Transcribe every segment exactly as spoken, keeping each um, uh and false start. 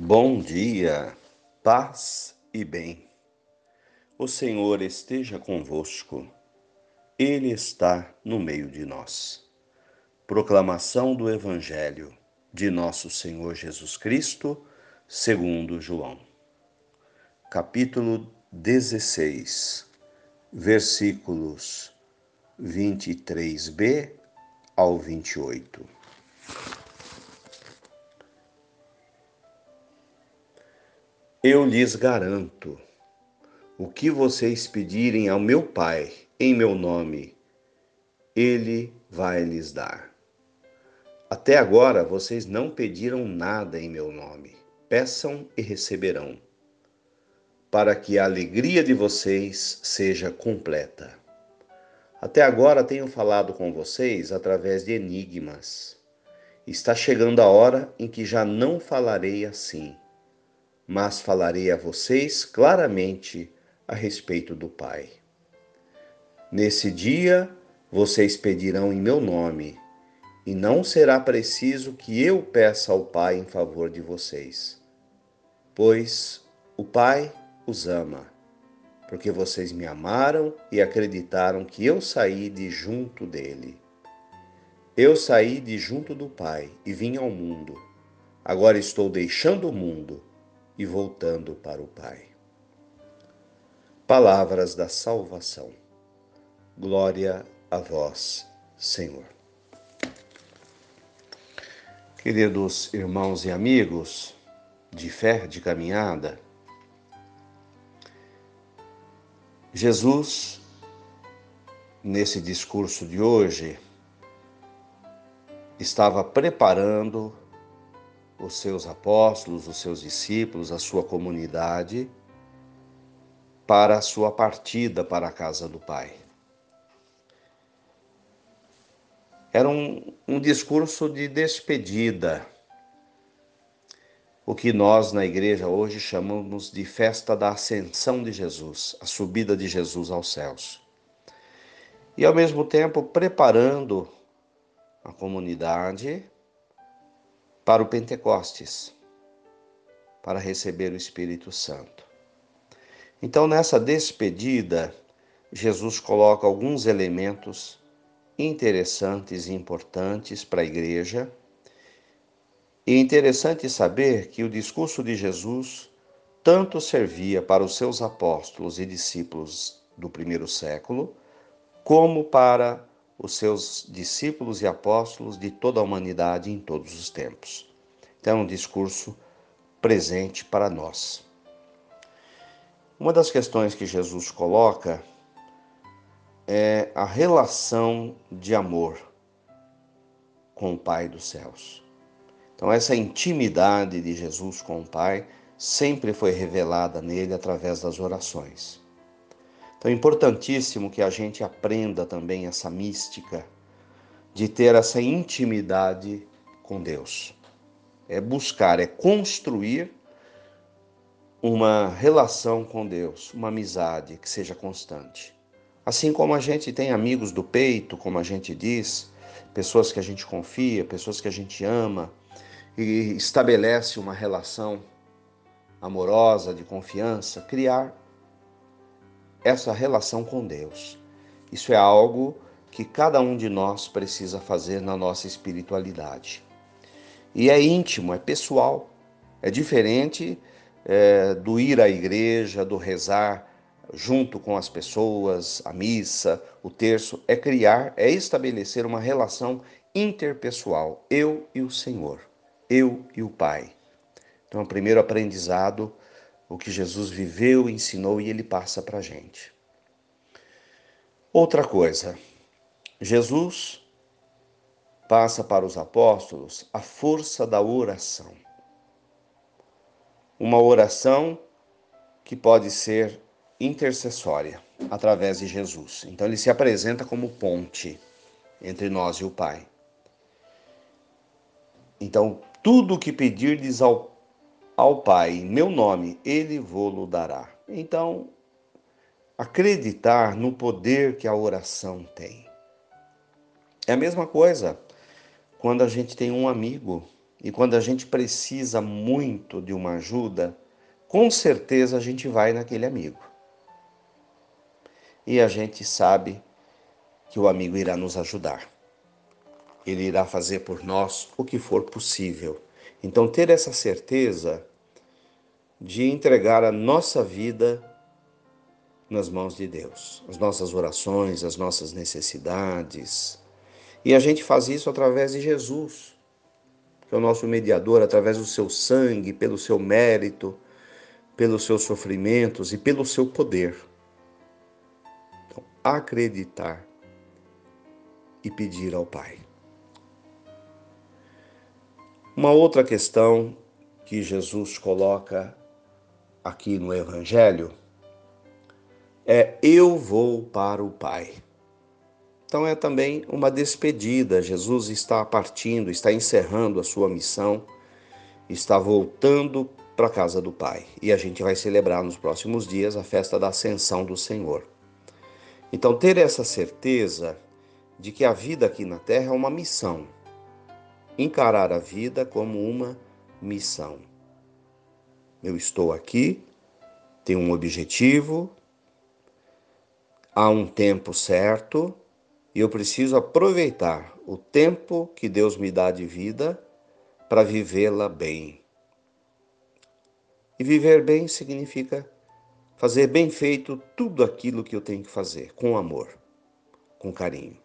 Bom dia, paz e bem. O Senhor esteja convosco, Ele está no meio de nós. Proclamação do Evangelho de Nosso Senhor Jesus Cristo, segundo João. Capítulo dezesseis, versículos vinte e três b ao vinte e oito. Eu lhes garanto, o que vocês pedirem ao meu Pai em meu nome, Ele vai lhes dar. Até agora vocês não pediram nada em meu nome. Peçam e receberão, para que a alegria de vocês seja completa. Até agora tenho falado com vocês através de enigmas. Está chegando a hora em que já não falarei assim, mas falarei a vocês claramente a respeito do Pai. Nesse dia, vocês pedirão em meu nome, e não será preciso que eu peça ao Pai em favor de vocês, pois o Pai os ama, porque vocês me amaram e acreditaram que eu saí de junto dele. Eu saí de junto do Pai e vim ao mundo. Agora estou deixando o mundo e voltando para o Pai. Palavras da salvação. Glória a vós, Senhor. Queridos irmãos e amigos de fé, de caminhada, Jesus, nesse discurso de hoje, estava preparando os seus apóstolos, os seus discípulos, a sua comunidade, para a sua partida para a casa do Pai. Era um, um discurso de despedida, o que nós na igreja hoje chamamos de festa da ascensão de Jesus, a subida de Jesus aos céus. E ao mesmo tempo preparando a comunidade para o Pentecostes, para receber o Espírito Santo. Então, nessa despedida, Jesus coloca alguns elementos interessantes e importantes para a igreja. E é interessante saber que o discurso de Jesus tanto servia para os seus apóstolos e discípulos do primeiro século, como para os seus discípulos e apóstolos de toda a humanidade em todos os tempos. Então, é um discurso presente para nós. Uma das questões que Jesus coloca é a relação de amor com o Pai dos céus. Então, essa intimidade de Jesus com o Pai sempre foi revelada nele através das orações. Então, é importantíssimo que a gente aprenda também essa mística de ter essa intimidade com Deus. É buscar, é construir uma relação com Deus, uma amizade que seja constante. Assim como a gente tem amigos do peito, como a gente diz, pessoas que a gente confia, pessoas que a gente ama, e estabelece uma relação amorosa, de confiança, criar essa relação com Deus. Isso é algo que cada um de nós precisa fazer na nossa espiritualidade. E é íntimo, é pessoal, é diferente é, do ir à igreja, do rezar junto com as pessoas, a missa, o terço, é criar, é estabelecer uma relação interpessoal, eu e o Senhor, eu e o Pai. Então, o primeiro aprendizado, o que Jesus viveu, ensinou e ele passa para a gente. Outra coisa, Jesus passa para os apóstolos a força da oração. Uma oração que pode ser intercessória através de Jesus. Então ele se apresenta como ponte entre nós e o Pai. Então, tudo o que pedirdes ao, ao Pai em meu nome, ele vô-lo dará. Então, acreditar no poder que a oração tem. É a mesma coisa quando a gente tem um amigo E quando a gente precisa muito de uma ajuda, com certeza a gente vai naquele amigo. E a gente sabe que o amigo irá nos ajudar. Ele irá fazer por nós o que for possível. Então, ter essa certeza de entregar a nossa vida nas mãos de Deus, as nossas orações, as nossas necessidades. E a gente faz isso através de Jesus, que é o nosso mediador, através do seu sangue, pelo seu mérito, pelos seus sofrimentos e pelo seu poder. Então, acreditar e pedir ao Pai. Uma outra questão que Jesus coloca aqui no Evangelho é: eu vou para o Pai. Então é também uma despedida. Jesus está partindo, está encerrando a sua missão, está voltando para a casa do Pai. E a gente vai celebrar nos próximos dias a festa da Ascensão do Senhor. Então, ter essa certeza de que a vida aqui na Terra é uma missão. Encarar a vida como uma missão. Eu estou aqui, tenho um objetivo, há um tempo certo, e eu preciso aproveitar o tempo que Deus me dá de vida para vivê-la bem. E viver bem significa fazer bem feito tudo aquilo que eu tenho que fazer, com amor, com carinho.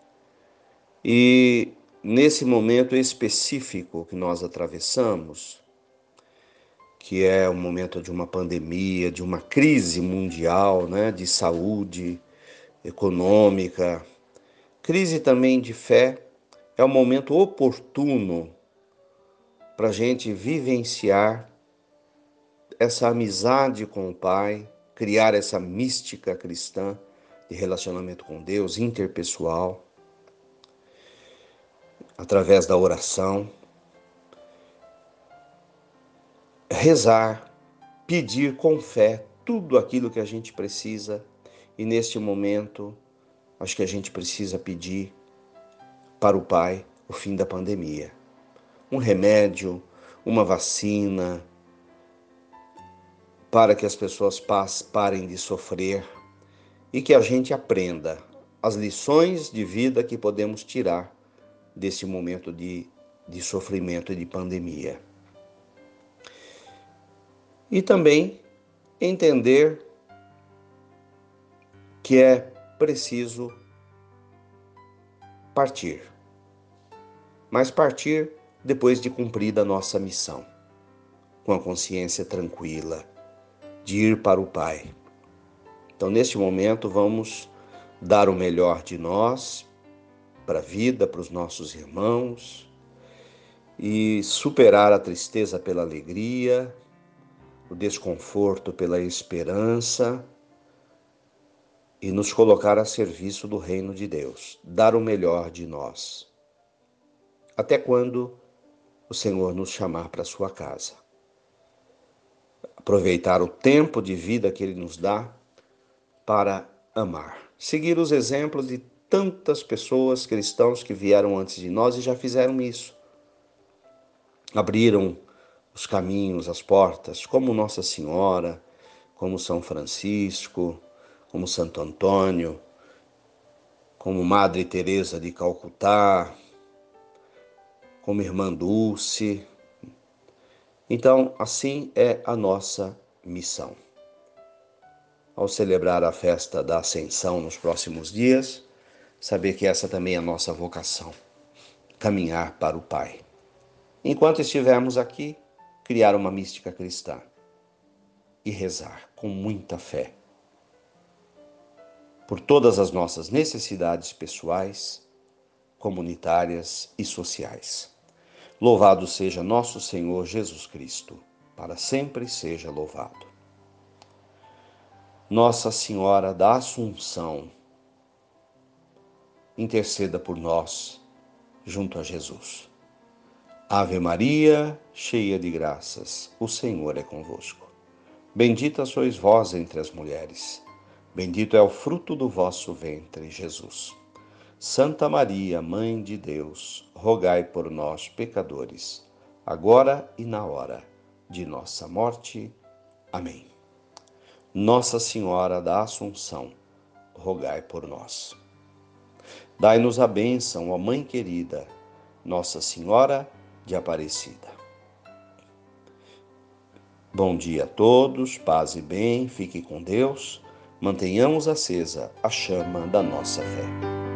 E nesse momento específico que nós atravessamos, que é o momento de uma pandemia, de uma crise mundial, né, de saúde econômica, crise também de fé, é o momento oportuno para a gente vivenciar essa amizade com o Pai, criar essa mística cristã de relacionamento com Deus, interpessoal, através da oração, rezar, pedir com fé tudo aquilo que a gente precisa. E neste momento, acho que a gente precisa pedir para o Pai o fim da pandemia. Um remédio, uma vacina, para que as pessoas parem de sofrer e que a gente aprenda as lições de vida que podemos tirar desse momento de, de sofrimento e de pandemia. E também entender que é preciso partir, mas partir depois de cumprida a nossa missão, com a consciência tranquila, de ir para o Pai. Então, neste momento, vamos dar o melhor de nós para a vida, para os nossos irmãos, e superar a tristeza pela alegria, o desconforto pela esperança, e nos colocar a serviço do reino de Deus, dar o melhor de nós, até quando o Senhor nos chamar para a sua casa. Aproveitar o tempo de vida que Ele nos dá para amar. Seguir os exemplos de tantas pessoas cristãos que vieram antes de nós e já fizeram isso. Abriram os caminhos, as portas, como Nossa Senhora, como São Francisco, como Santo Antônio, como Madre Teresa de Calcutá, como Irmã Dulce. Então, assim é a nossa missão. Ao celebrar a festa da Ascensão nos próximos dias, saber que essa também é a nossa vocação, caminhar para o Pai. Enquanto estivermos aqui, criar uma mística cristã e rezar com muita fé por todas as nossas necessidades pessoais, comunitárias e sociais. Louvado seja nosso Senhor Jesus Cristo, para sempre seja louvado. Nossa Senhora da Assunção, interceda por nós junto a Jesus. Ave Maria, cheia de graças, o Senhor é convosco. Bendita sois vós entre as mulheres, bendito é o fruto do vosso ventre, Jesus. Santa Maria, Mãe de Deus, rogai por nós, pecadores, agora e na hora de nossa morte. Amém. Nossa Senhora da Assunção, rogai por nós. Dai-nos a bênção, ó Mãe querida, Nossa Senhora de Aparecida. Bom dia a todos, paz e bem, fique com Deus, mantenhamos acesa a chama da nossa fé.